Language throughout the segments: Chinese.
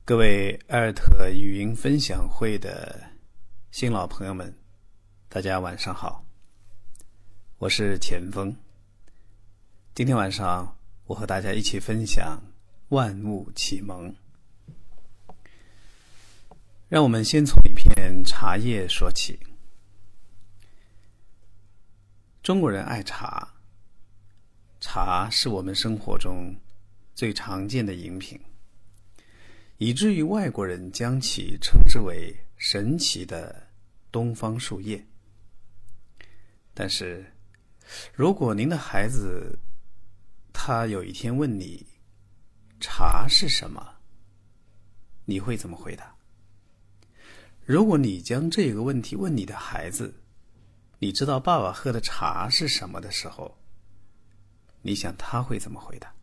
各位艾尔特语音分享会的新老朋友们，大家晚上好，我是钱锋。今天晚上我和大家一起分享万物启蒙。让我们先从一片茶叶说起。中国人爱茶，茶是我们生活中最常见的饮品，以至于外国人将其称之为神奇的东方树叶。但是如果您的孩子他有一天问你茶是什么，你会怎么回答？如果你将这个问题问你的孩子，你知道爸爸喝的茶是什么的时候，你想他会怎么回答？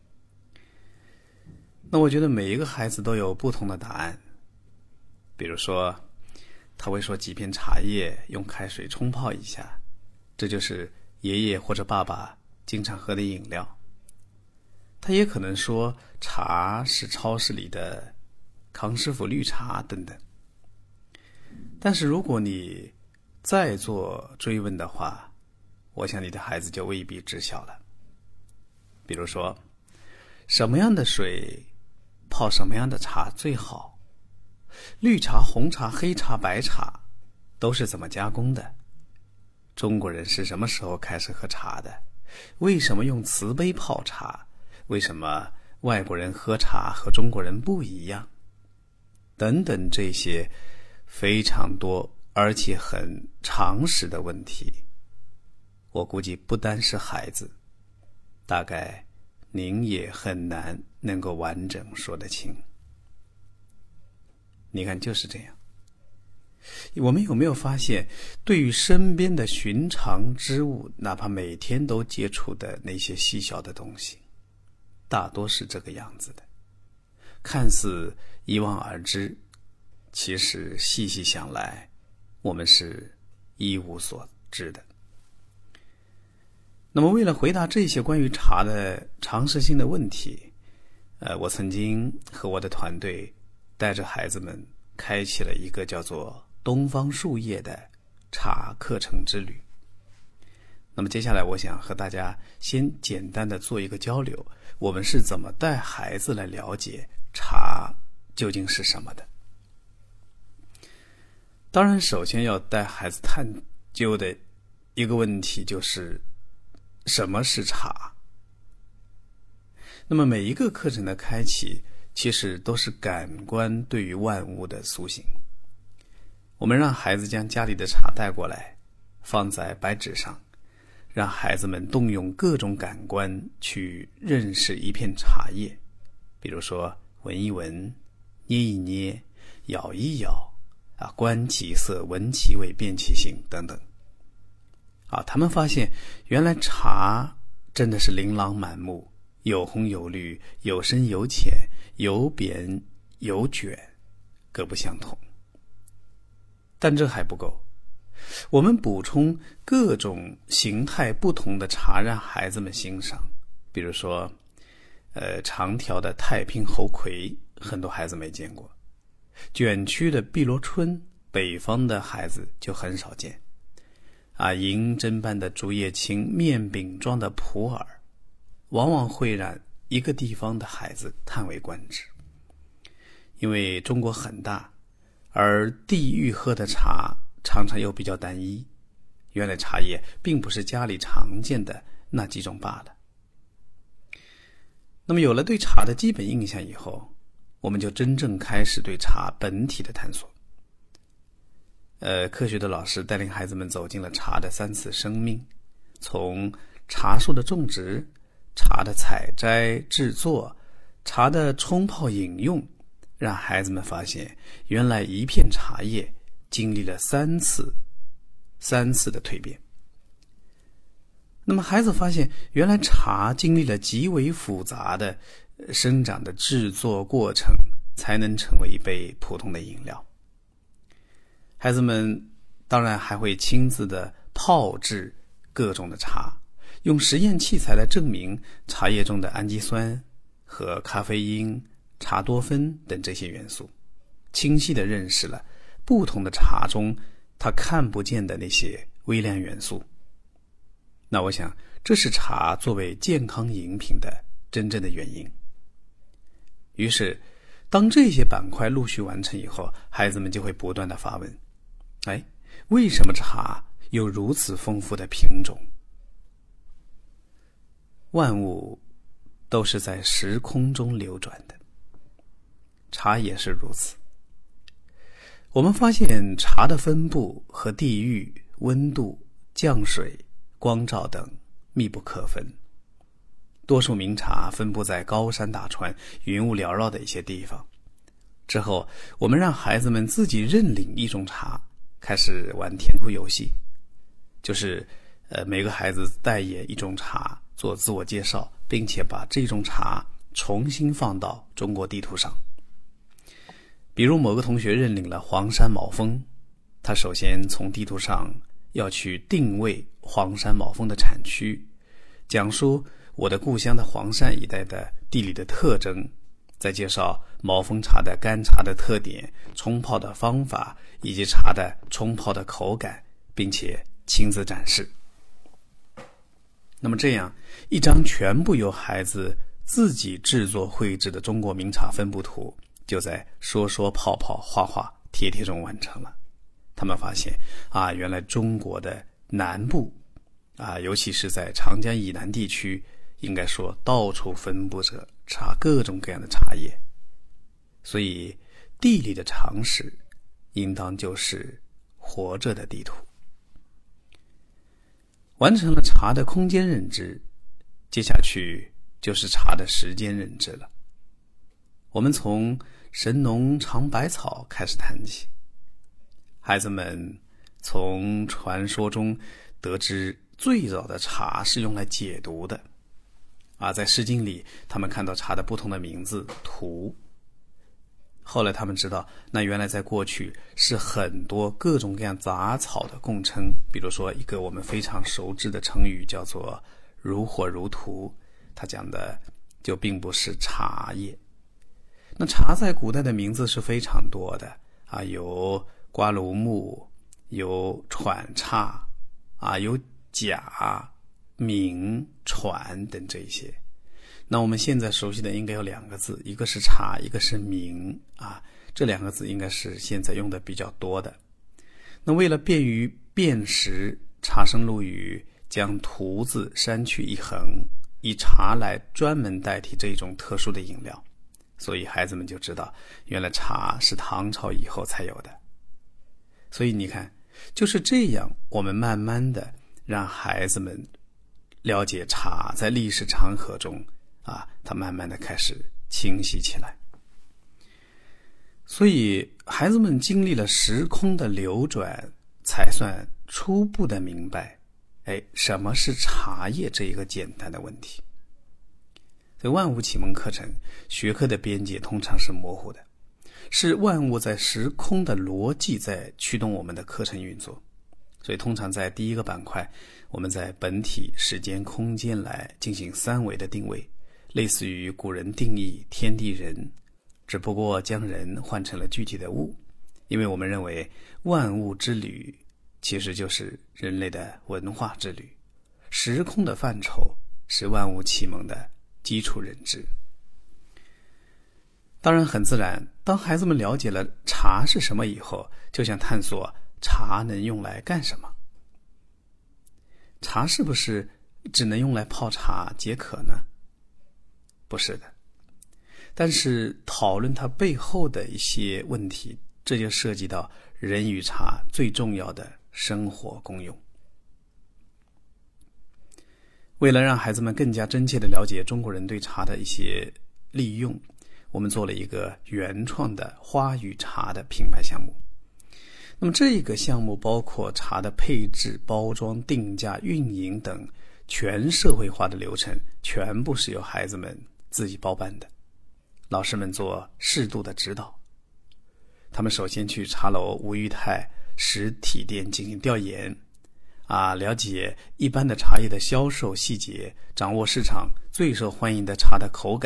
那我觉得每一个孩子都有不同的答案。比如说他会说几片茶叶用开水冲泡一下，这就是爷爷或者爸爸经常喝的饮料。他也可能说茶是超市里的康师傅绿茶等等。但是如果你再做追问的话，我想你的孩子就未必知晓了。比如说什么样的水泡什么样的茶最好？绿茶、红茶、黑茶、白茶都是怎么加工的？中国人是什么时候开始喝茶的？为什么用瓷杯泡茶？为什么外国人喝茶和中国人不一样？等等，这些非常多而且很常识的问题，我估计不单是孩子，大概您也很难能够完整说得清。你看，就是这样。我们有没有发现，对于身边的寻常之物，哪怕每天都接触的那些细小的东西，大多是这个样子的，看似一望而知，其实细细想来，我们是一无所知的。那么为了回答这些关于茶的常识性的问题，我曾经和我的团队带着孩子们开启了一个叫做东方树叶的茶课程之旅。那么接下来我想和大家先简单的做一个交流，我们是怎么带孩子来了解茶究竟是什么的。当然首先要带孩子探究的一个问题就是什么是茶。那么每一个课程的开启其实都是感官对于万物的苏醒。我们让孩子将家里的茶带过来，放在白纸上，让孩子们动用各种感官去认识一片茶叶，比如说闻一闻、捏一捏、咬一咬，观其色、闻其味、辨其形等等。他们发现原来茶真的是琳琅满目，有红有绿，有深有浅，有扁有卷，各不相同。但这还不够，我们补充各种形态不同的茶让孩子们欣赏。比如说长条的太平猴魁，很多孩子没见过；卷曲的碧螺春，北方的孩子就很少见。银针般的竹叶青，面饼状的普洱，往往会让一个地方的孩子叹为观止。因为中国很大，而地域喝的茶常常又比较单一，原来茶叶并不是家里常见的那几种罢了。那么有了对茶的基本印象以后，我们就真正开始对茶本体的探索。科学的老师带领孩子们走进了茶的三次生命，从茶树的种植、茶的采摘制作、茶的冲泡饮用，让孩子们发现原来一片茶叶经历了三次的蜕变。那么孩子发现原来茶经历了极为复杂的生长的制作过程，才能成为一杯普通的饮料。孩子们当然还会亲自的泡制各种的茶，用实验器材来证明茶叶中的氨基酸和咖啡因茶多酚等这些元素，清晰地认识了不同的茶中它看不见的那些微量元素。那我想这是茶作为健康饮品的真正的原因。于是当这些板块陆续完成以后，孩子们就会不断地发问，为什么茶有如此丰富的品种？万物都是在时空中流转的，茶也是如此。我们发现茶的分布和地域、温度、降水、光照等密不可分。多数名茶分布在高山大川、云雾缭绕的一些地方。之后我们让孩子们自己认领一种茶，开始玩填图游戏，就是每个孩子代言一种茶做自我介绍，并且把这种茶重新放到中国地图上。比如某个同学认领了黄山毛峰，他首先从地图上要去定位黄山毛峰的产区，讲述我的故乡的黄山一带的地理的特征，再介绍毛峰茶的干茶的特点、冲泡的方法以及茶的冲泡的口感，并且亲自展示。那么这样一张全部由孩子自己制作绘制的中国名茶分布图，就在说说泡泡画画贴贴中完成了。他们发现原来中国的南部尤其是在长江以南地区，应该说到处分布着各种各样的茶叶。所以地理的常识应当就是活着的地图。完成了茶的空间认知，接下去就是茶的时间认知了。我们从神农尝百草开始谈起，孩子们从传说中得知最早的茶是用来解毒的在诗经里他们看到茶的不同的名字图，后来他们知道那原来在过去是很多各种各样杂草的共称。比如说一个我们非常熟知的成语叫做如火如荼，它讲的就并不是茶叶。那茶在古代的名字是非常多的有瓜卢木，有喘刹有甲、茗、喘等这些。那我们现在熟悉的应该有两个字，一个是茶，一个是茗这两个字应该是现在用的比较多的。那为了便于辨识，茶圣陆羽将荼字删去一横，以茶来专门代替这种特殊的饮料，所以孩子们就知道原来茶是唐朝以后才有的。所以你看就是这样，我们慢慢的让孩子们了解茶在历史长河中它慢慢的开始清晰起来。所以孩子们经历了时空的流转，才算初步的明白什么是茶叶这一个简单的问题。所以万物启蒙课程学科的边界通常是模糊的，是万物在时空的逻辑在驱动我们的课程运作。所以通常在第一个板块，我们在本体、时间、空间来进行三维的定位，类似于古人定义天地人，只不过将人换成了具体的物。因为我们认为万物之旅其实就是人类的文化之旅，时空的范畴是万物启蒙的基础认知。当然很自然，当孩子们了解了茶是什么以后，就想探索茶能用来干什么。茶是不是只能用来泡茶解渴呢？不是的。但是讨论它背后的一些问题，这就涉及到人与茶最重要的生活功用。为了让孩子们更加真切地了解中国人对茶的一些利用，我们做了一个原创的花与茶的品牌项目。那么这个项目包括茶的配置、包装、定价、运营等全社会化的流程，全部是由孩子们自己包办的，老师们做适度的指导。他们首先去茶楼吴裕泰实体店进行调研了解一般的茶叶的销售细节，掌握市场最受欢迎的茶的口感，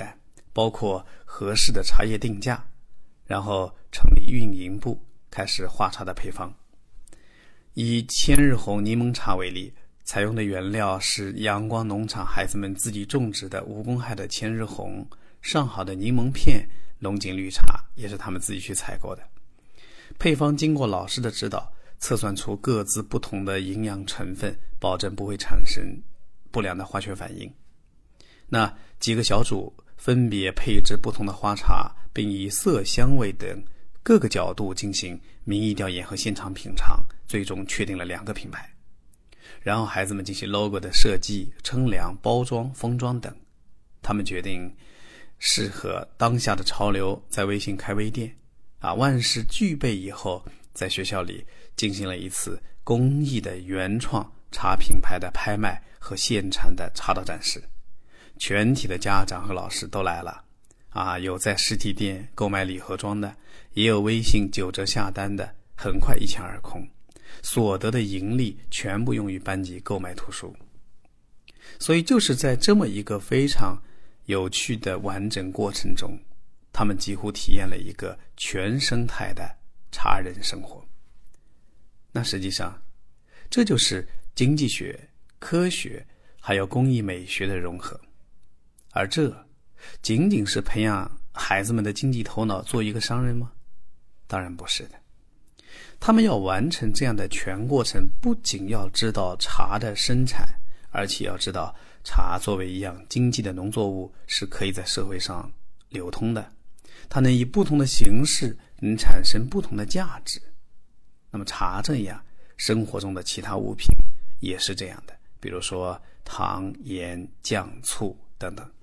包括合适的茶叶定价，然后成立运营部，开始画茶的配方。以千日红柠檬茶为例，采用的原料是阳光农场孩子们自己种植的无公害的千日红，上好的柠檬片，龙井绿茶也是他们自己去采购的。配方经过老师的指导，测算出各自不同的营养成分，保证不会产生不良的化学反应。那几个小组分别配置不同的花茶，并以色香味等各个角度进行民意调研和现场品尝，最终确定了2个品牌。然后孩子们进行 logo 的设计、称量、包装、封装等。他们决定适合当下的潮流，在微信开微店万事俱备以后，在学校里进行了一次公益的原创茶品牌的拍卖和现场的茶道展示。全体的家长和老师都来了有在实体店购买礼盒装的，也有微信9折下单的，很快一抢而空，所得的盈利全部用于班级购买图书。所以就是在这么一个非常有趣的完整过程中，他们几乎体验了一个全生态的茶人生活。那实际上这就是经济学、科学还有工艺美学的融合。而这仅仅是培养孩子们的经济头脑做一个商人吗？当然不是的。他们要完成这样的全过程，不仅要知道茶的生产，而且要知道茶作为一样经济的农作物是可以在社会上流通的，它能以不同的形式能产生不同的价值。那么茶这样，生活中的其他物品也是这样的，比如说糖、盐、酱、醋等等。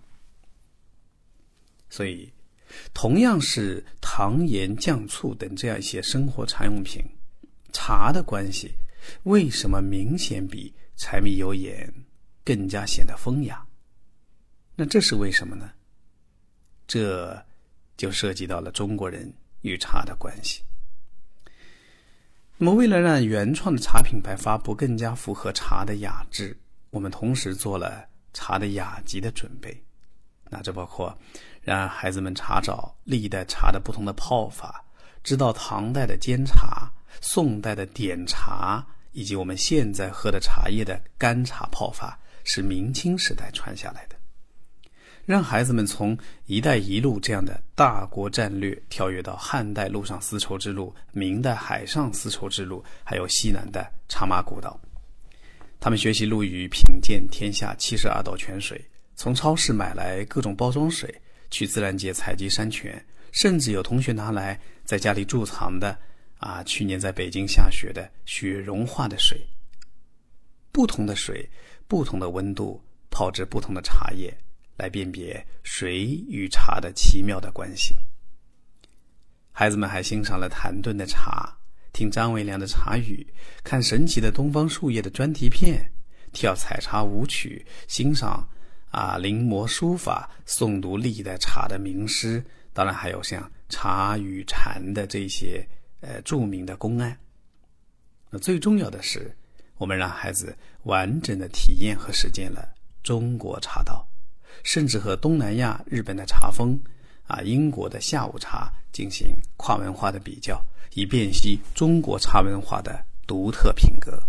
所以同样是糖、盐、酱、醋等这样一些生活茶用品，茶的关系为什么明显比柴米油盐更加显得风雅？那这是为什么呢？这就涉及到了中国人与茶的关系。那么为了让原创的茶品牌发布更加符合茶的雅致，我们同时做了茶的雅集的准备。那这包括让孩子们查找历代茶的不同的泡法，知道唐代的煎茶、宋代的点茶，以及我们现在喝的茶叶的干茶泡法是明清时代传下来的，让孩子们从一带一路这样的大国战略跳跃到汉代陆上丝绸之路、明代海上丝绸之路，还有西南的茶马古道。他们学习陆羽品鉴天下72道泉水，从超市买来各种包装水，去自然界采集山泉，甚至有同学拿来在家里贮藏的去年在北京下雪的雪融化的水。不同的水，不同的温度，泡制不同的茶叶，来辨别水与茶的奇妙的关系。孩子们还欣赏了谭盾的茶，听张维良的茶语，看神奇的东方树叶的专题片，跳采茶舞曲，欣赏临摹书法，诵读历代茶的名诗，当然还有像茶与禅的这些著名的公案。那最重要的是，我们让孩子完整的体验和实践了中国茶道，甚至和东南亚、日本的茶风英国的下午茶进行跨文化的比较，以辨析中国茶文化的独特品格。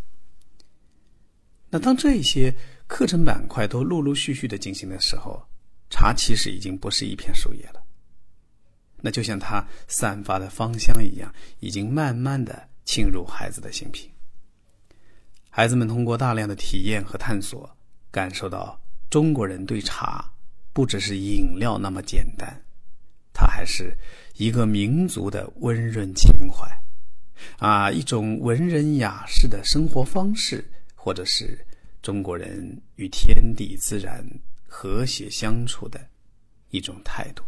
那当这些课程板块都陆陆续续的进行的时候，茶其实已经不是一片树叶了，那就像它散发的芳香一样，已经慢慢的沁入孩子的心脾。孩子们通过大量的体验和探索，感受到中国人对茶不只是饮料那么简单，它还是一个民族的温润情怀一种文人雅士的生活方式，或者是中国人与天地自然和谐相处的一种态度。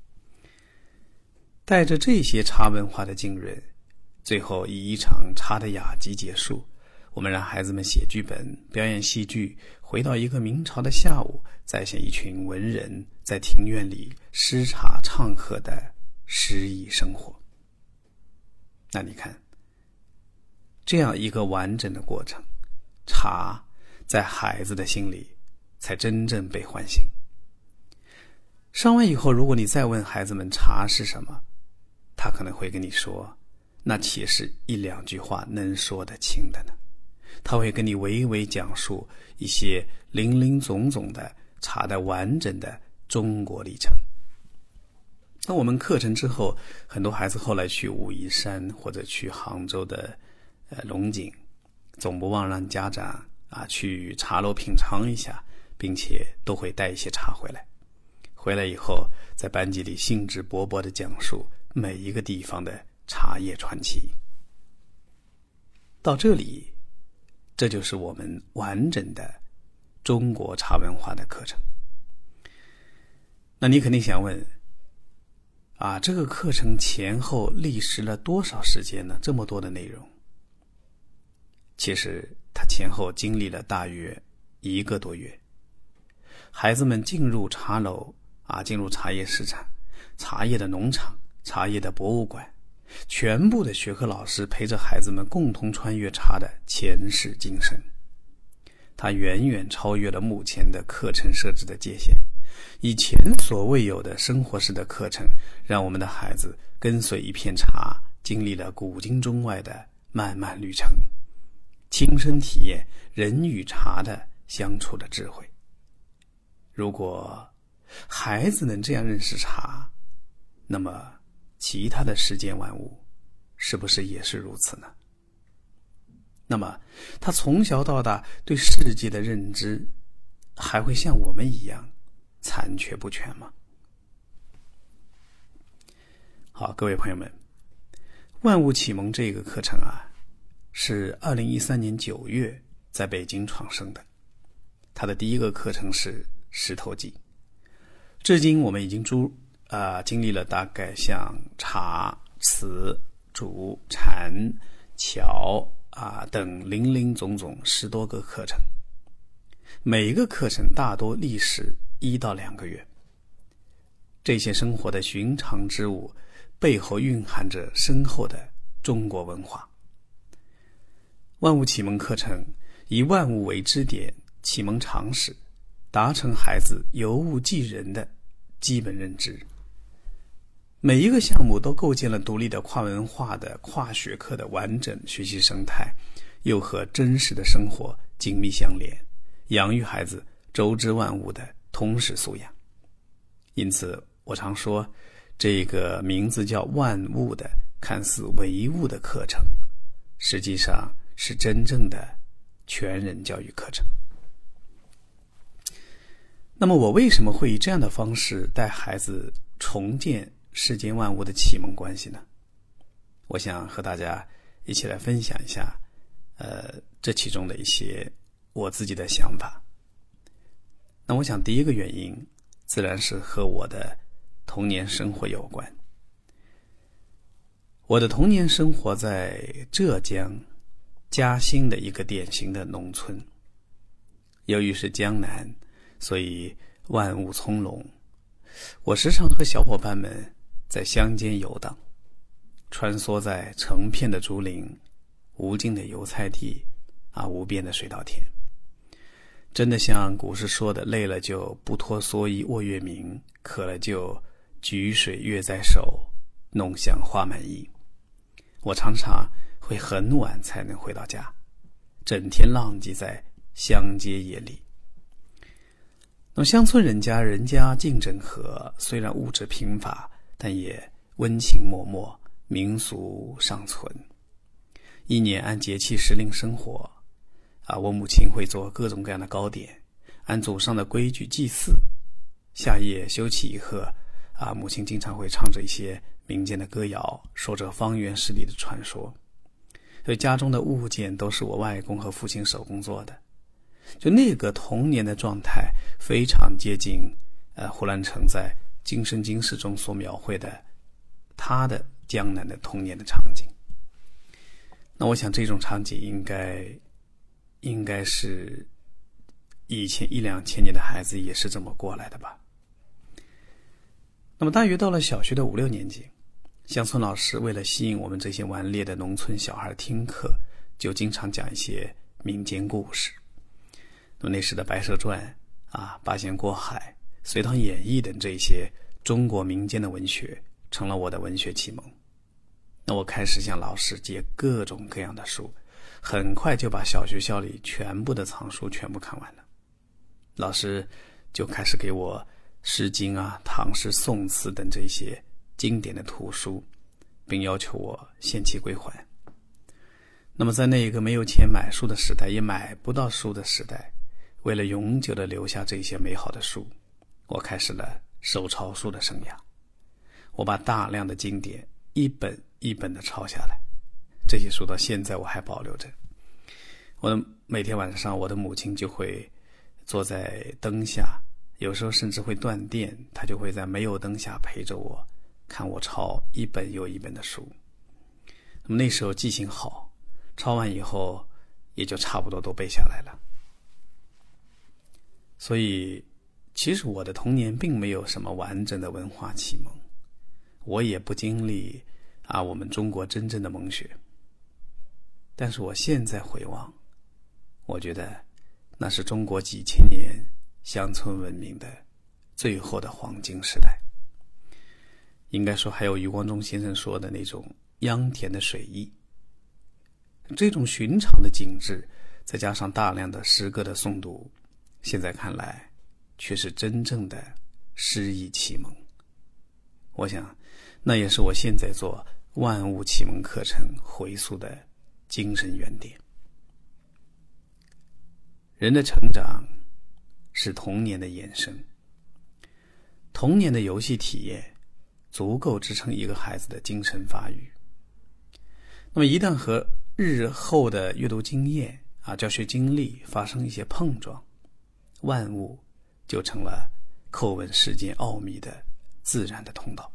带着这些茶文化的浸润，最后以一场茶的雅集结束。我们让孩子们写剧本、表演戏剧，回到一个明朝的下午，再现一群文人在庭院里诗茶唱和的诗意生活。那你看，这样一个完整的过程，茶在孩子的心里才真正被唤醒。 上完以后，如果你再问孩子们茶是什么，他可能会跟你说，那岂是一两句话能说得清的呢？他会跟你娓娓讲述一些林林总总的茶的完整的中国历程。那我们课程之后，很多孩子后来去武夷山或者去杭州的龙井，总不忘让家长去茶楼品尝一下，并且都会带一些茶回来。回来以后，在班级里兴致勃勃地讲述每一个地方的茶叶传奇。到这里，这就是我们完整的中国茶文化的课程。那你肯定想问，这个课程前后历时了多少时间呢？这么多的内容。其实它前后经历了大约1个多月。孩子们进入茶楼进入茶叶市场、茶叶的农场、茶叶的博物馆，全部的学科老师陪着孩子们共同穿越茶的前世今生。它远远超越了目前的课程设置的界限，以前所未有的生活式的课程，让我们的孩子跟随一片茶，经历了古今中外的漫漫旅程，亲身体验人与茶的相处的智慧。如果孩子能这样认识茶，那么其他的世间万物是不是也是如此呢？那么他从小到大对世界的认知还会像我们一样残缺不全吗？好，各位朋友们，万物启蒙这个课程是2013年9月在北京创生的。它的第一个课程是石头记。至今我们已经经历了大概像茶、瓷、煮、禅、桥等林林总总10多个课程，每一个课程大多历时1到2个月。这些生活的寻常之物背后蕴含着深厚的中国文化。万物启蒙课程以万物为支点，启蒙常识，达成孩子由物及人的基本认知。每一个项目都构建了独立的跨文化的跨学科的完整学习生态，又和真实的生活紧密相连，养育孩子周知万物的通识素养。因此我常说，这个名字叫万物的看似唯物的课程，实际上是真正的全人教育课程。那么我为什么会以这样的方式带孩子重建世间万物的启蒙关系呢？我想和大家一起来分享一下这其中的一些我自己的想法。那我想第一个原因自然是和我的童年生活有关。我的童年生活在浙江嘉兴的一个典型的农村。由于是江南，所以万物葱茏，我时常和小伙伴们在乡间游荡，穿梭在成片的竹林、无尽的油菜地无边的水稻田。真的像古诗说的，累了就不脱蓑衣卧月明，渴了就举水月在手，弄香花满衣。我常常会很晚才能回到家，整天浪迹在乡街野里。那么乡村人家竞争和，虽然物质贫乏，但也温情脉脉，民俗尚存。一年按节气时令生活我母亲会做各种各样的糕点，按祖上的规矩祭祀。夏夜休憩一刻母亲经常会唱着一些民间的歌谣，说着方圆10里的传说。所以家中的物件都是我外公和父亲手工做的。就那个童年的状态非常接近胡兰成在《今生今世》中所描绘的他的江南的童年的场景。那我想这种场景应该是以前1-2千年的孩子也是这么过来的吧。那么大约到了小学的5-6年级，乡村老师为了吸引我们这些顽劣的农村小孩听课，就经常讲一些民间故事。那么那时的《白蛇传》八仙过海、 隋唐演义等这些中国民间的文学成了我的文学启蒙。那我开始向老师借各种各样的书，很快就把小学校里全部的藏书全部看完了。老师就开始给我诗经啊、唐诗、宋词等这些经典的图书，并要求我限期归还。那么在那一个没有钱买书的时代，也买不到书的时代，为了永久地留下这些美好的书，我开始了手抄书的生涯。我把大量的经典一本一本地抄下来，这些书到现在我还保留着。每天晚上，我的母亲就会坐在灯下，有时候甚至会断电，她就会在没有灯下陪着我，看我抄一本又一本的书。那么那时候记性好，抄完以后也就差不多都背下来了。所以其实我的童年并没有什么完整的文化启蒙，我也不经历我们中国真正的蒙学。但是我现在回望，我觉得那是中国几千年乡村文明的最后的黄金时代。应该说还有余光中先生说的那种秧田的水意，这种寻常的景致再加上大量的诗歌的诵读，现在看来却是真正的诗意启蒙。我想那也是我现在做万物启蒙课程回溯的精神原点。人的成长是童年的延伸，童年的游戏体验足够支撑一个孩子的精神发育。那么一旦和日后的阅读经验教学经历发生一些碰撞，万物就成了叩问世间奥秘的自然的通道。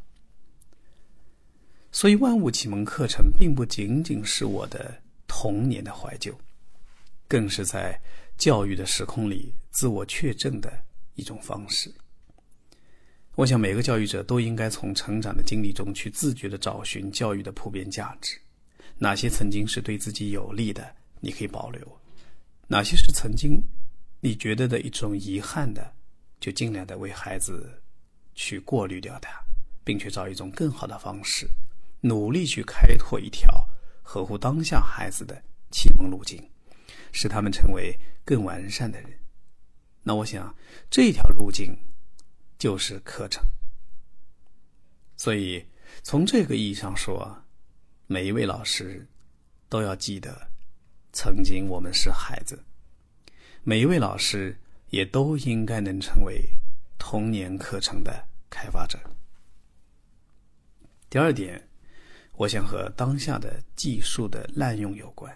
所以万物启蒙课程并不仅仅是我的童年的怀旧，更是在教育的时空里自我确证的一种方式。我想每个教育者都应该从成长的经历中去自觉地找寻教育的普遍价值，哪些曾经是对自己有利的你可以保留，哪些是曾经你觉得的一种遗憾的，就尽量的为孩子去过滤掉它，并且找一种更好的方式，努力去开拓一条合乎当下孩子的启蒙路径，使他们成为更完善的人。那我想这条路径就是课程。所以从这个意义上说，每一位老师都要记得曾经我们是孩子，每一位老师也都应该能成为童年课程的开发者。第二点，我想和当下的技术的滥用有关。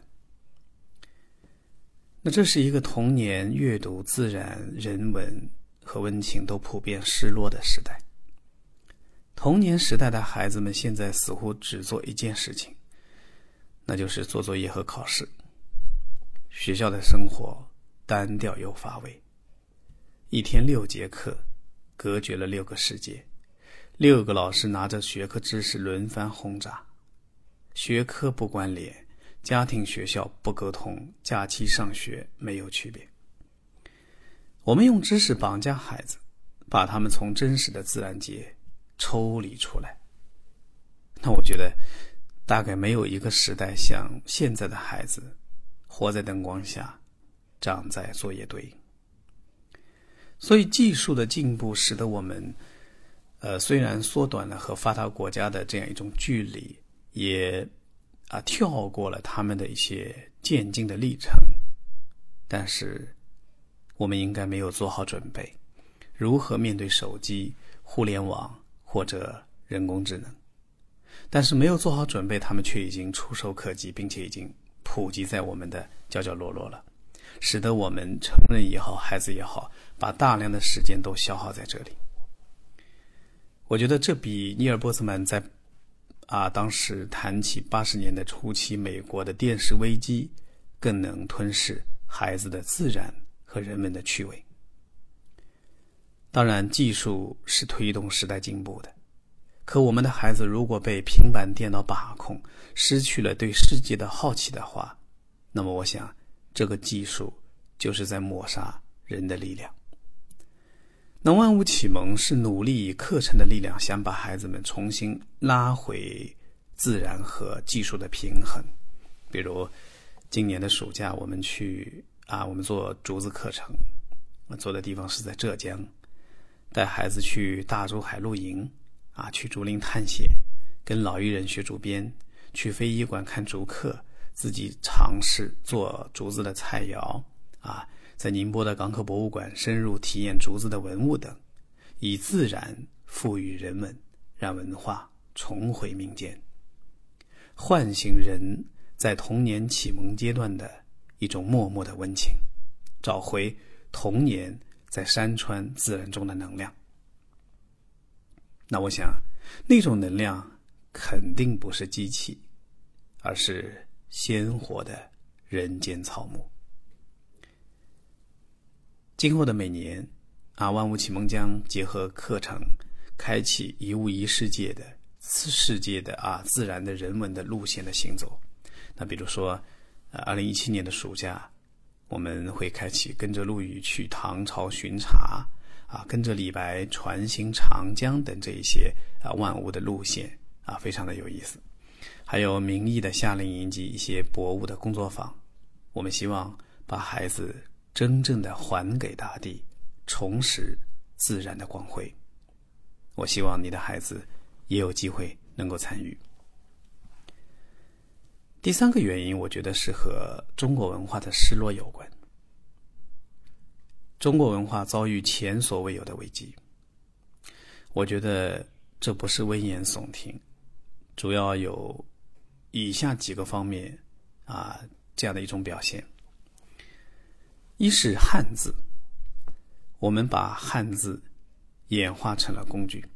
那这是一个童年阅读自然、人文和温情都普遍失落的时代。童年时代的孩子们现在似乎只做一件事情，那就是做作业和考试。学校的生活单调又乏味，一天6节课，隔绝了6个世界，6个老师拿着学科知识轮番轰炸，学科不关联，家庭学校不沟通，假期上学没有区别。我们用知识绑架孩子，把他们从真实的自然界抽离出来。那我觉得大概没有一个时代像现在的孩子活在灯光下，长在作业堆。所以技术的进步使得我们虽然缩短了和发达国家的这样一种距离，也跳过了他们的一些渐进的历程，但是我们应该没有做好准备，如何面对手机、互联网或者人工智能。但是没有做好准备，他们却已经触手可及，并且已经普及在我们的角角落落了，使得我们成人也好，孩子也好，把大量的时间都消耗在这里。我觉得这比尼尔·波茨曼在当时谈起80年代初期美国的电视危机更能吞噬孩子的自然和人们的趣味。当然技术是推动时代进步的，可我们的孩子如果被平板电脑把控，失去了对世界的好奇的话，那么我想这个技术就是在抹杀人的力量。 那万物启蒙是努力以课程的力量，想把孩子们重新拉回自然和技术的平衡。比如今年的暑假，我们做竹子课程，我做的地方是在浙江，带孩子去大竹海露营去竹林探险，跟老艺人学竹编，去非遗馆看竹客，自己尝试做竹子的菜肴在宁波的港口博物馆深入体验竹子的文物等，以自然赋予人文，让文化重回民间，唤醒人在童年启蒙阶段的一种默默的温情，找回童年在山川自然中的能量。那我想那种能量肯定不是机器，而是鲜活的人间草木。今后的每年万物启蒙将结合课程，开启一物一世界的自然的人文的路线的行走。那比如说2017年的暑假，我们会开启跟着陆羽去唐朝巡查跟着李白船行长江等这一些万物的路线非常的有意思。还有名义的夏令营及一些博物的工作坊，我们希望把孩子真正的还给大地，重拾自然的光辉。我希望你的孩子也有机会能够参与。第三个原因，我觉得是和中国文化的失落有关。中国文化遭遇前所未有的危机，我觉得这不是危言耸听，主要有以下几个方面这样的一种表现。一是汉字，我们把汉字演化成了工具。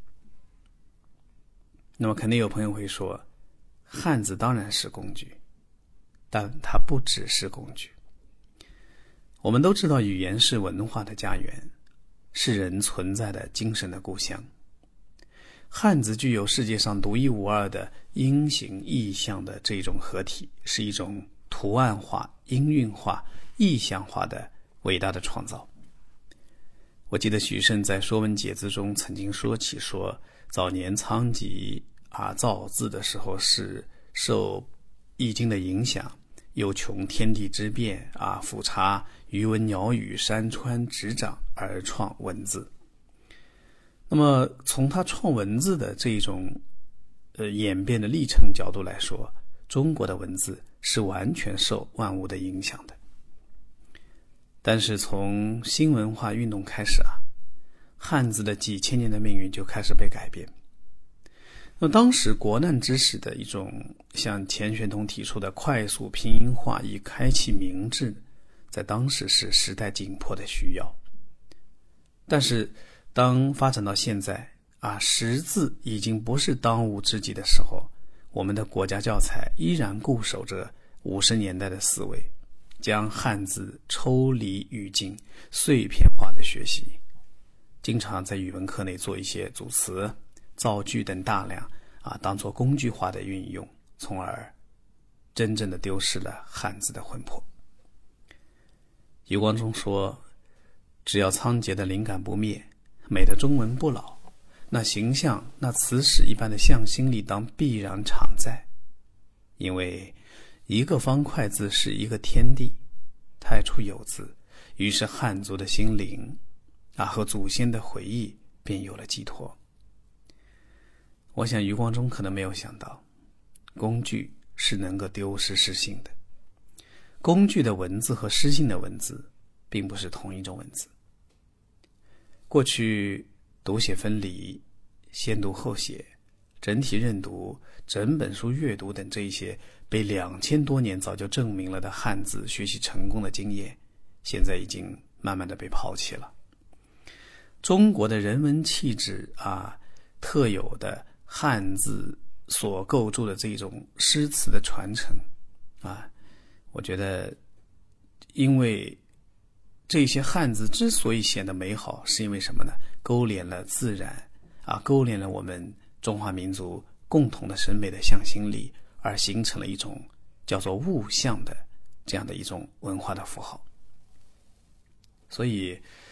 那么肯定有朋友会说，汉字当然是工具，但它不只是工具。我们都知道，语言是文化的家园，是人存在的精神的故乡。汉字具有世界上独一无二的音形意象的这种合体，是一种图案化、音韵化、意象化的伟大的创造。我记得许慎在《说文解字》中曾经说起早年仓颉造字的时候是受易经的影响，又穷天地之变俯察鱼文鸟语山川指掌而创文字。那么从他创文字的这种演变的历程角度来说，中国的文字是完全受万物的影响的。但是从新文化运动开始汉字的几千年的命运就开始被改变。那么当时国难之时的一种像钱玄同提出的快速拼音化以开启明制，在当时是时代紧迫的需要。但是当发展到现在识字已经不是当务之急的时候，我们的国家教材依然固守着50年代的思维，将汉字抽离语境、碎片化的学习，经常在语文课内做一些组词、造句等大量当作工具化的运用，从而真正的丢失了汉字的魂魄。余光中说，只要仓颉的灵感不灭，美的中文不老，那形象、那词史一般的向心力当必然常在。因为一个方块字是一个天地，太初有字，于是汉族的心灵和祖先的回忆便有了寄托。我想余光中可能没有想到，工具是能够丢失诗性的。工具的文字和诗性的文字并不是同一种文字。过去读写分离、先读后写、整体认读、整本书阅读等这一些被2000多年早就证明了的汉字学习成功的经验，现在已经慢慢的被抛弃了。中国的人文气质特有的汉字所构筑的这种诗词的传承我觉得因为这些汉字之所以显得美好，是因为什么呢？勾连了自然勾连了我们中华民族共同的审美的向心力，而形成了一种叫做物象的这样的一种文化的符号。所以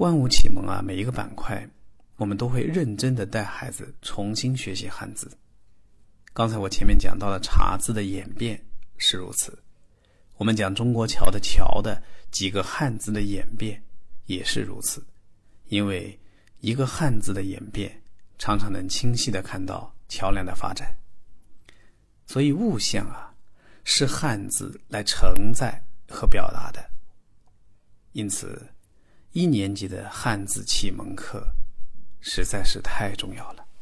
万物启蒙啊，每一个板块我们都会认真的带孩子重新学习汉字。刚才我前面讲到了茶字的演变是如此，我们讲中国桥的桥的几个汉字的演变也是如此，因为一个汉字的演变常常能清晰地看到桥梁的发展。所以物象啊，是汉字来承载和表达的。因此1年级的汉字启蒙课实在是太重要了。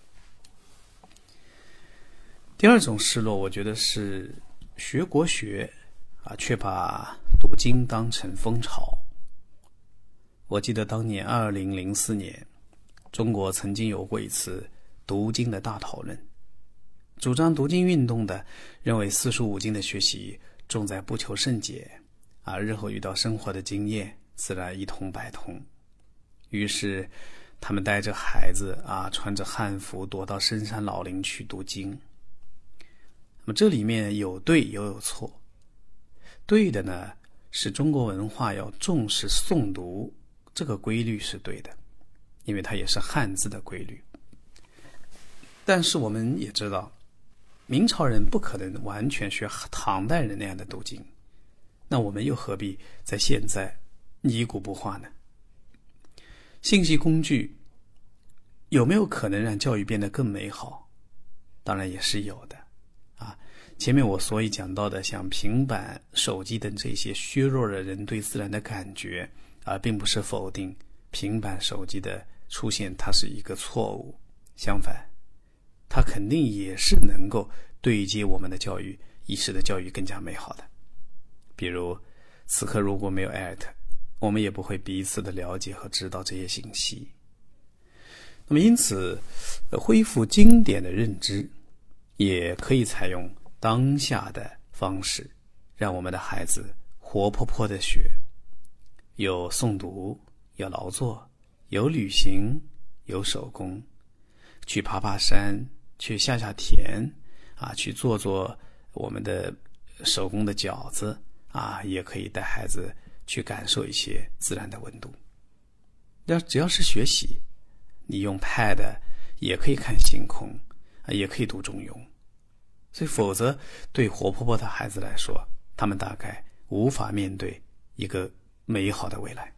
第二种失落，我觉得是学国学却把读经当成风潮。我记得当年2004年，中国曾经有过一次读经的大讨论。主张读经运动的认为四书五经的学习重在不求甚解日后遇到生活的经验自然一通百通。于是他们带着孩子穿着汉服躲到深山老林去读经。那么这里面有对也有错。对的呢，是中国文化要重视诵读，这个规律是对的，因为它也是汉字的规律。但是我们也知道，明朝人不可能完全学唐代人那样的读经，那我们又何必在现在泥古不化呢？信息工具有没有可能让教育变得更美好？当然也是有的前面我所讲到的像平板、手机等这些削弱了人对自然的感觉并不是否定平板、手机的出现它是一个错误，相反它肯定也是能够对接我们的教育，使得教育更加美好的。比如此刻如果没有 我们也不会彼此的了解和知道这些信息。那么因此恢复经典的认知也可以采用当下的方式，让我们的孩子活泼泼的学，有诵读，有劳作，有旅行，有手工，去爬爬山，去下田去做我们的手工的饺子也可以带孩子去感受一些自然的温度。只要是学习，你用 Pad 也可以看星空也可以读中庸。所以否则对活泼泼的孩子来说，他们大概无法面对一个美好的未来。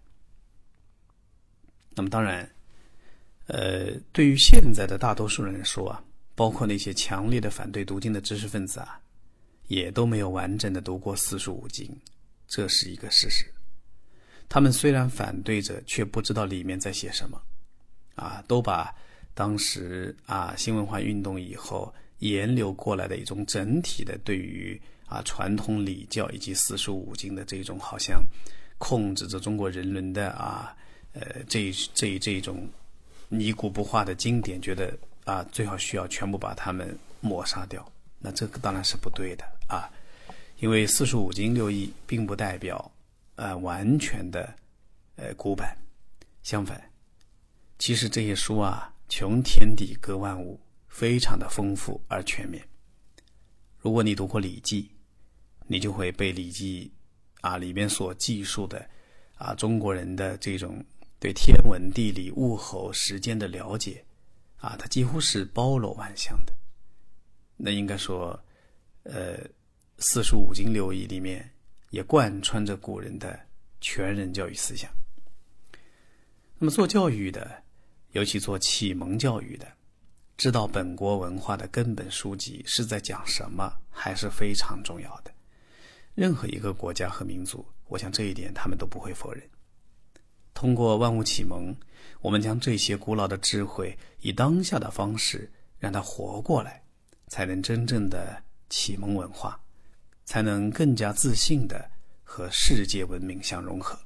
那么当然对于现在的大多数人来说包括那些强烈的反对读经的知识分子也都没有完整的读过四书五经，这是一个事实。他们虽然反对着，却不知道里面在写什么都把当时新文化运动以后沿流过来的一种整体的对于传统礼教以及四书五经的这种好像控制着中国人伦的这种泥古不化的经典，觉得最好需要全部把它们抹杀掉。那这个当然是不对的因为四书五经六艺并不代表完全的古板，相反其实这些书穷天地隔万物，非常的丰富而全面。如果你读过礼记，你就会被礼记里面所记述的中国人的这种对天文地理物候时间的了解它几乎是包罗万象的。那应该说四书五经六艺里面也贯穿着古人的全人教育思想。那么做教育的，尤其做启蒙教育的，知道本国文化的根本书籍是在讲什么还是非常重要的。任何一个国家和民族，我想这一点他们都不会否认。通过万物启蒙，我们将这些古老的智慧以当下的方式让它活过来，才能真正的启蒙文化，才能更加自信的和世界文明相融合。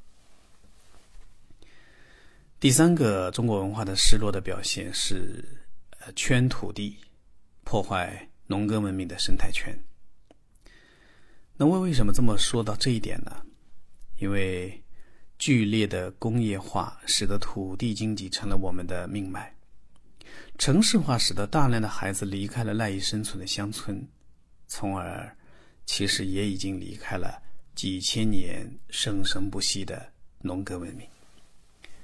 第三个中国文化的失落的表现是圈土地，破坏农耕文明的生态圈。那为什么这么说到这一点呢？因为剧烈的工业化使得土地经济成了我们的命脉，城市化使得大量的孩子离开了赖以生存的乡村，从而其实也已经离开了几千年生生不息的农耕文明。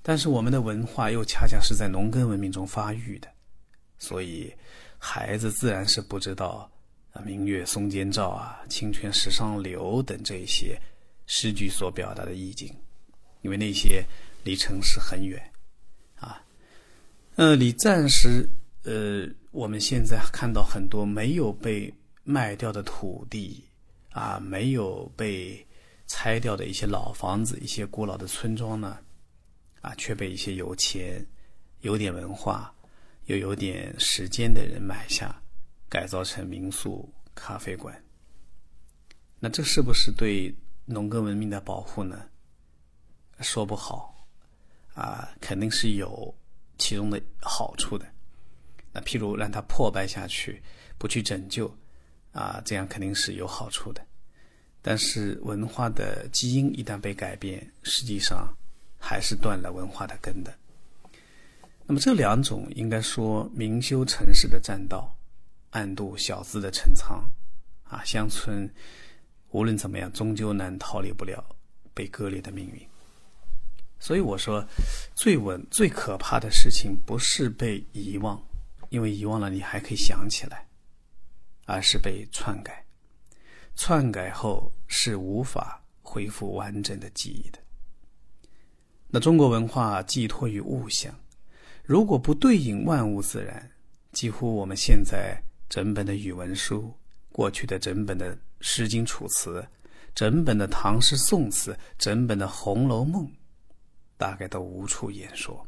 但是我们的文化又恰恰是在农耕文明中发育的，所以孩子自然是不知道明月松间照啊，清泉石上流等这一些诗句所表达的意境，因为那些离城市很远啊。你暂时我们现在看到很多没有被卖掉的土地啊，没有被拆掉的一些老房子，一些古老的村庄呢，却被一些有钱、有点文化、又有点时间的人买下，改造成民宿、咖啡馆。那这是不是对农耕文明的保护呢？说不好肯定是有其中的好处的。那譬如让它破败下去，不去拯救这样肯定是有好处的。但是文化的基因一旦被改变，实际上还是断了文化的根的。那么这两种应该说明修城市的栈道，暗度小资的陈仓乡村无论怎么样终究难逃离不了被割裂的命运。所以我说最可怕的事情不是被遗忘，因为遗忘了你还可以想起来，而是被篡改。篡改后是无法恢复完整的记忆的。那中国文化寄托于物象，如果不对应万物自然，几乎我们现在整本的语文书，过去的整本的诗经楚辞，整本的唐诗宋词，整本的红楼梦，大概都无处言说。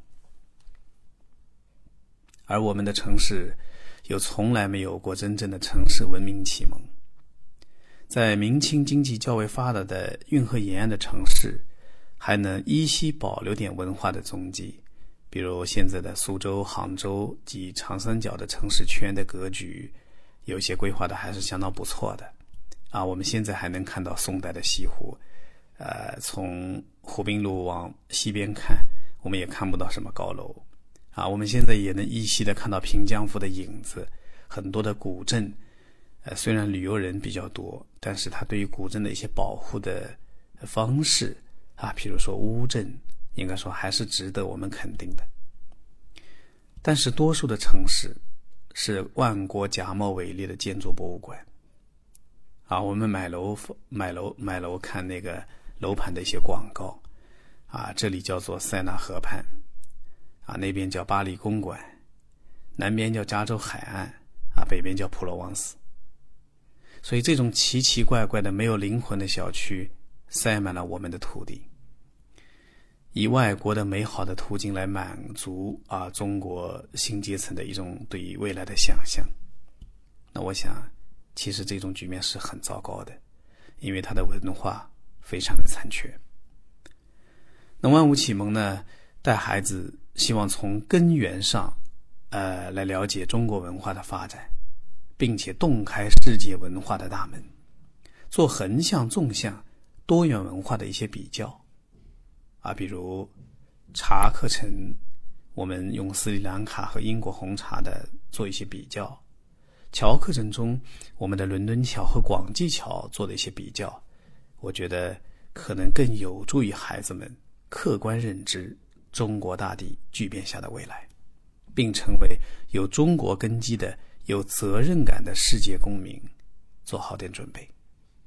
而我们的城市又从来没有过真正的城市文明启蒙。在明清经济较为发达的运河沿岸的城市，还能依稀保留点文化的踪迹，比如现在的苏州、杭州及长三角的城市圈的格局，有些规划的还是相当不错的我们现在还能看到宋代的西湖，从湖滨路往西边看，我们也看不到什么高楼我们现在也能依稀的看到平江府的影子，很多的古镇虽然旅游人比较多，但是它对于古镇的一些保护的方式譬如说乌镇，应该说还是值得我们肯定的。但是多数的城市是万国假冒伪劣的建筑博物馆我们买楼看那个楼盘的一些广告这里叫做塞纳河畔那边叫巴黎公馆，南边叫加州海岸北边叫普罗旺斯。所以这种奇奇怪怪的没有灵魂的小区塞满了我们的土地，以外国的美好的途径来满足中国新阶层的一种对于未来的想象。那我想其实这种局面是很糟糕的，因为它的文化非常的残缺。那万物启蒙呢，带孩子希望从根源上来了解中国文化的发展，并且洞开世界文化的大门，做横向纵向多元文化的一些比较比如茶课程，我们用斯里兰卡和英国红茶的做一些比较，桥课程中我们的伦敦桥和广济桥做的一些比较，我觉得可能更有助于孩子们客观认知中国大地巨变下的未来，并成为有中国根基的有责任感的世界公民，做好点准备。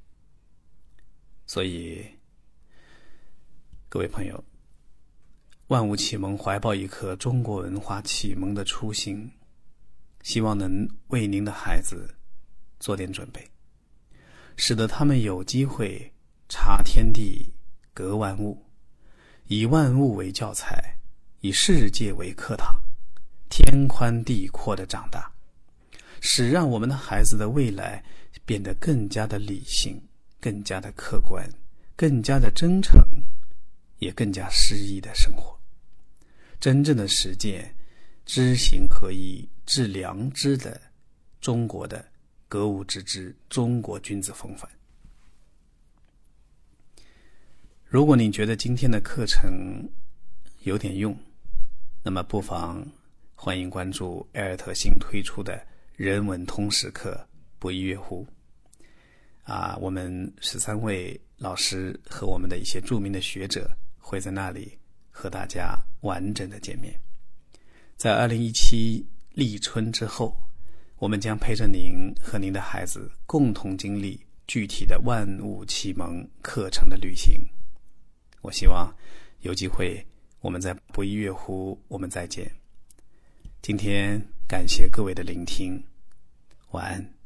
所以各位朋友，万物启蒙怀抱一颗中国文化启蒙的初心，希望能为您的孩子做点准备，使得他们有机会察天地隔万物，以万物为教材，以世界为课堂，天宽地阔的长大，使让我们的孩子的未来变得更加的理性，更加的客观，更加的真诚，也更加诗意的生活，真正的实践知行合一、致良知的中国的格物致知，中国君子风范。如果你觉得今天的课程有点用，那么不妨欢迎关注艾尔特新推出的人文通识课不亦乐乎我们13位老师和我们的一些著名的学者会在那里和大家完整的见面。在2017立春之后，我们将陪着您和您的孩子共同经历具体的万物启蒙课程的旅行。我希望有机会我们在不亦乐乎我们再见。今天感谢各位的聆听，晚安。